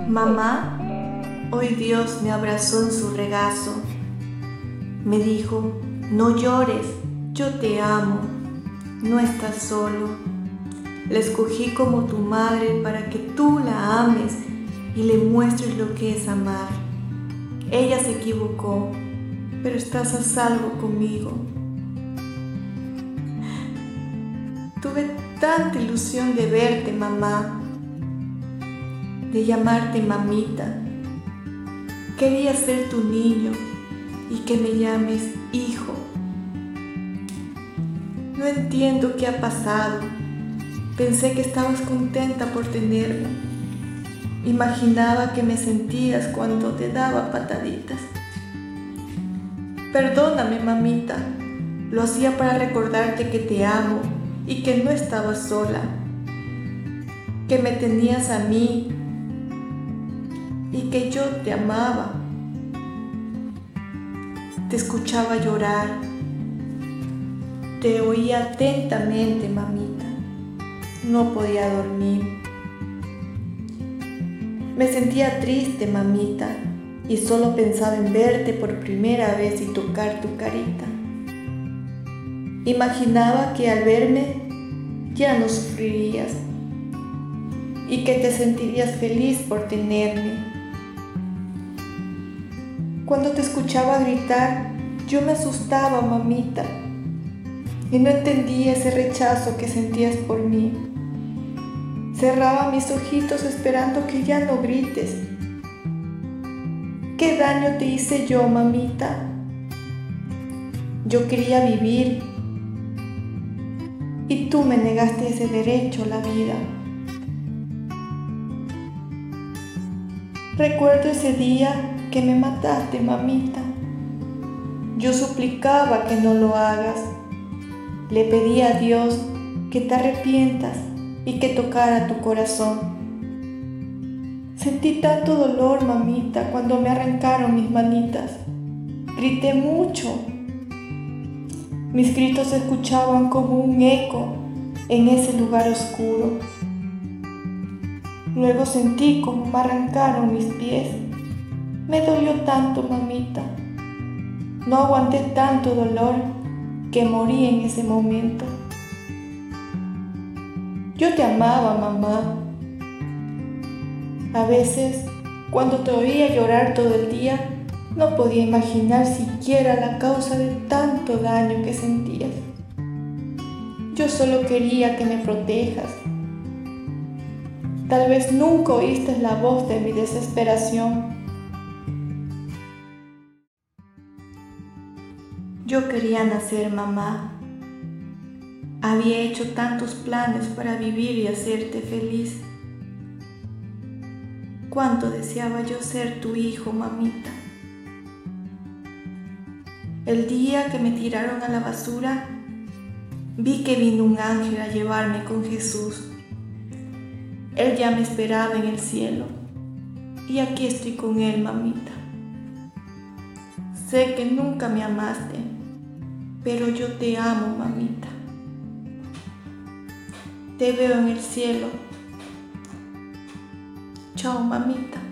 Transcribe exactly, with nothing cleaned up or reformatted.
Mamá, hoy Dios me abrazó en su regazo. Me dijo, no llores, yo te amo, no estás solo. La escogí como tu madre para que tú la ames y le muestres lo que es amar. Ella se equivocó, pero estás a salvo conmigo. Tuve tanta ilusión de verte, mamá, de llamarte mamita. Quería ser tu niño y que me llames hijo. No entiendo qué ha pasado. Pensé que estabas contenta por tenerme. Imaginaba que me sentías cuando te daba pataditas. Perdóname, mamita. Lo hacía para recordarte que te amo y que no estabas sola. Que me tenías a mí y que yo te amaba. Te escuchaba llorar. Te oía atentamente, mamita. No podía dormir. Me sentía triste, mamita, y solo pensaba en verte por primera vez y tocar tu carita. Imaginaba que al verme ya no sufrirías y que te sentirías feliz por tenerme. Cuando te escuchaba gritar, yo me asustaba, mamita, y no entendía ese rechazo que sentías por mí. Cerraba mis ojitos esperando que ya no grites. ¿Qué daño te hice yo, mamita? Yo quería vivir y tú me negaste ese derecho a la vida. Recuerdo ese día que me mataste, mamita. Yo suplicaba que no lo hagas. Le pedí a Dios que te arrepientas y que tocara tu corazón. Sentí tanto dolor, mamita, cuando me arrancaron mis manitas. Grité mucho. Mis gritos se escuchaban como un eco en ese lugar oscuro. Luego sentí como me arrancaron mis pies. Me dolió tanto, mamita. No aguanté tanto dolor que morí en ese momento. Yo te amaba, mamá. A veces, cuando te oía llorar todo el día, no podía imaginar siquiera la causa de tanto daño que sentías. Yo solo quería que me protejas. Tal vez nunca oíste la voz de mi desesperación. Yo quería nacer, mamá. Había hecho tantos planes para vivir y hacerte feliz. Cuánto deseaba yo ser tu hijo, mamita. El día que me tiraron a la basura, vi que vino un ángel a llevarme con Jesús. Él ya me esperaba en el cielo y aquí estoy con él, mamita. Sé que nunca me amaste, pero yo te amo, mamita. Te veo en el cielo. Chao, mamita.